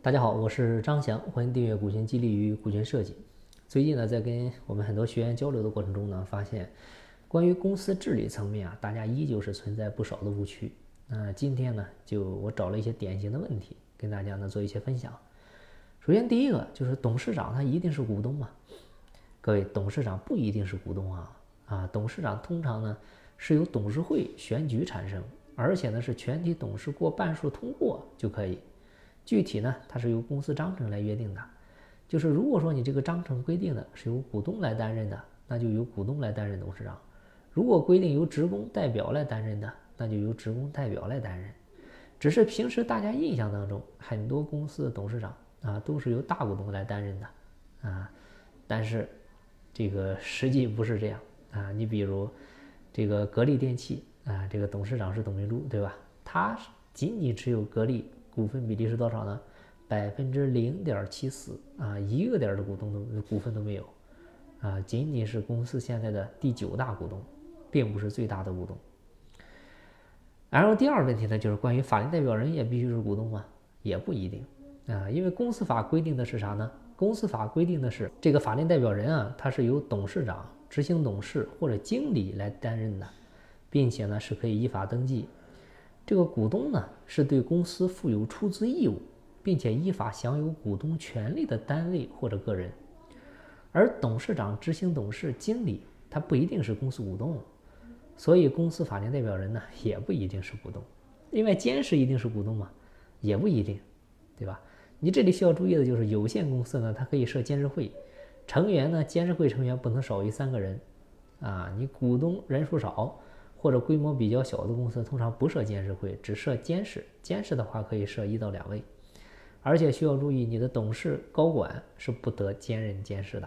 大家好，我是张翔，欢迎订阅股权激励与股权设计。最近呢，在跟我们很多学员交流的过程中呢，发现关于公司治理层面大家依旧是存在不少的误区。那今天呢，我找了一些典型的问题，跟大家呢做一些分享。首先，第一个就是董事长他一定是股东吗？各位，董事长不一定是股东董事长通常呢是由董事会选举产生，而且呢是全体董事过半数通过就可以。具体呢，它是由公司章程来约定的，就是如果说你这个章程规定的是由股东来担任的，那就由股东来担任董事长；如果规定由职工代表来担任的，那就由职工代表来担任。只是平时大家印象当中，很多公司的董事长都是由大股东来担任的但是这个实际不是这样你比如这个格力电器这个董事长是董明珠，对吧？他仅仅持有格力。股份比例是多少呢？0.74%一个点的股份都没有仅仅是公司现在的第9大股东，并不是最大的股东。然后第二个问题呢，就是关于法定代表人也必须是股东吗？也不一定因为公司法规定的是啥呢？公司法规定的是这个法定代表人他是由董事长、执行董事或者经理来担任的，并且呢是可以依法登记。这个股东呢，是对公司负有出资义务，并且依法享有股东权利的单位或者个人。而董事长、执行董事、经理，他不一定是公司股东，所以公司法定代表人呢，也不一定是股东。另外，监事一定是股东吗？也不一定，对吧？你这里需要注意的就是，有限公司呢，它可以设监事会，成员呢，监事会成员不能少于3个人你股东人数少或者规模比较小的公司，通常不设监事会，只设监事。监事的话可以设1到2位，而且需要注意，你的董事、高管是不得兼任监事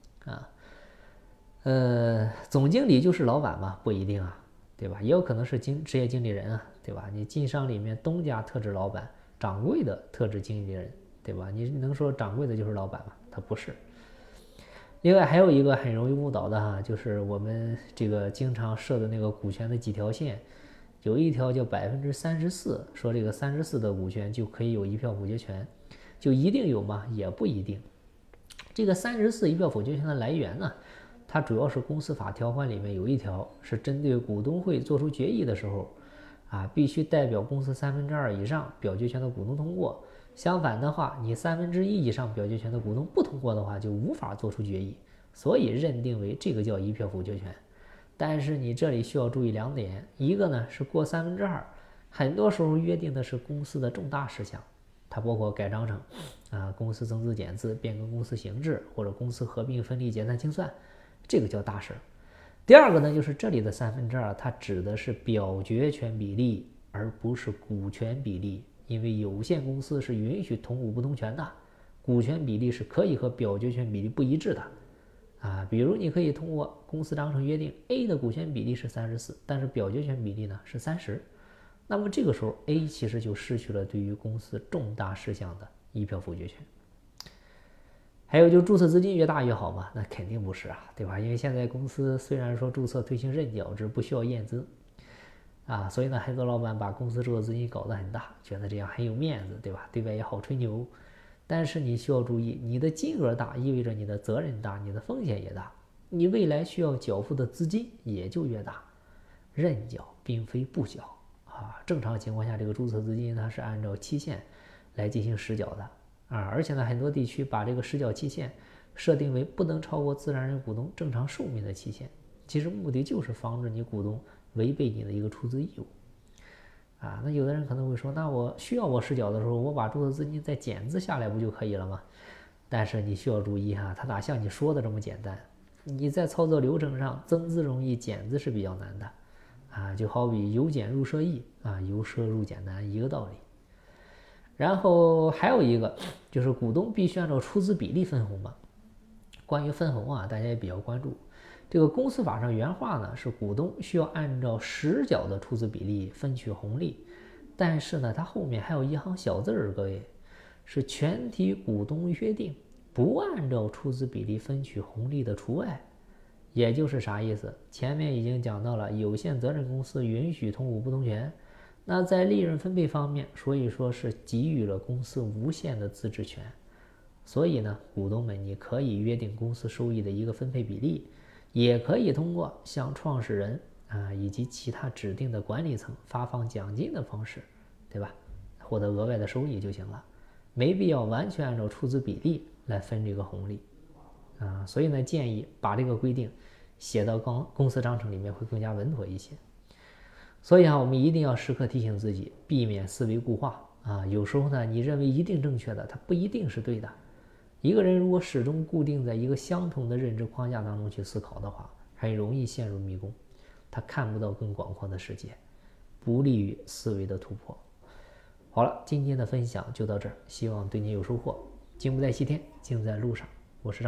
的总经理就是老板吗？不一定对吧？也有可能是职业经理人对吧？你经商里面东家特指老板，掌柜的特指经理人，对吧？你能说掌柜的就是老板吗？他不是。另外还有一个很容易误导的就是我们这个经常设的那个股权的几条线，有一条叫34%，说这个34%的股权就可以有1票否决权，就一定有吗？也不一定。这个34%1票否决权的来源呢，它主要是公司法条款里面有一条是针对股东会做出决议的时候必须代表公司2/3以上表决权的股东通过。相反的话，你1/3以上表决权的股东不通过的话，就无法做出决议，所以认定为这个叫1票否决权。但是你这里需要注意2点，一个呢是过2/3，很多时候约定的是公司的重大事项，它包括改章程公司增资减资、变更公司形制或者公司合并分立解散清算，这个叫大事。第二个呢，就是这里的2/3，它指的是表决权比例，而不是股权比例。因为有限公司是允许同股不同权的，股权比例是可以和表决权比例不一致的比如你可以通过公司章程约定 A 的股权比例是34%，但是表决权比例呢是30%，那么这个时候 A 其实就失去了对于公司重大事项的1票否决权。还有就是注册资金越大越好嘛？那肯定不是对吧？因为现在公司虽然说注册推行认缴制，不需要验资所以呢，很多老板把公司注册资金搞得很大，觉得这样很有面子，对吧？对外也好吹牛。但是你需要注意，你的金额大，意味着你的责任大，你的风险也大，你未来需要缴付的资金也就越大。认缴并非不缴正常情况下，这个注册资金它是按照期限来进行实缴的而且呢，很多地区把这个实缴期限设定为不能超过自然人股东正常寿命的期限，其实目的就是防止你股东违背你的一个出资义务那有的人可能会说，那我需要我实缴的时候，我把注册资金再减资下来不就可以了吗？但是你需要注意它哪像你说的这么简单？你在操作流程上，增资容易，减资是比较难的就好比由俭入奢易由奢入俭难一个道理。然后还有一个就是股东必须按照出资比例分红嘛。关于分红大家也比较关注。这个公司法上原话呢是股东需要按照实缴的出资比例分取红利，但是呢它后面还有一行小字各位，是全体股东约定不按照出资比例分取红利的除外。也就是啥意思？前面已经讲到了，有限责任公司允许同股不同权， 那在利润分配方面，所以说是给予了公司无限的自治权。所以呢，股东们你可以约定公司收益的一个分配比例，也可以通过向创始人以及其他指定的管理层发放奖金的方式，对吧？获得额外的收益就行了，没必要完全按照出资比例来分这个红利所以呢，建议把这个规定写到公司章程里面会更加稳妥一些。所以我们一定要时刻提醒自己，避免思维固化有时候呢，你认为一定正确的，它不一定是对的。一个人如果始终固定在一个相同的认知框架当中去思考的话，很容易陷入迷宫，他看不到更广阔的世界，不利于思维的突破。好了，今天的分享就到这儿，希望对你有收获。经不在西天，尽在路上。我是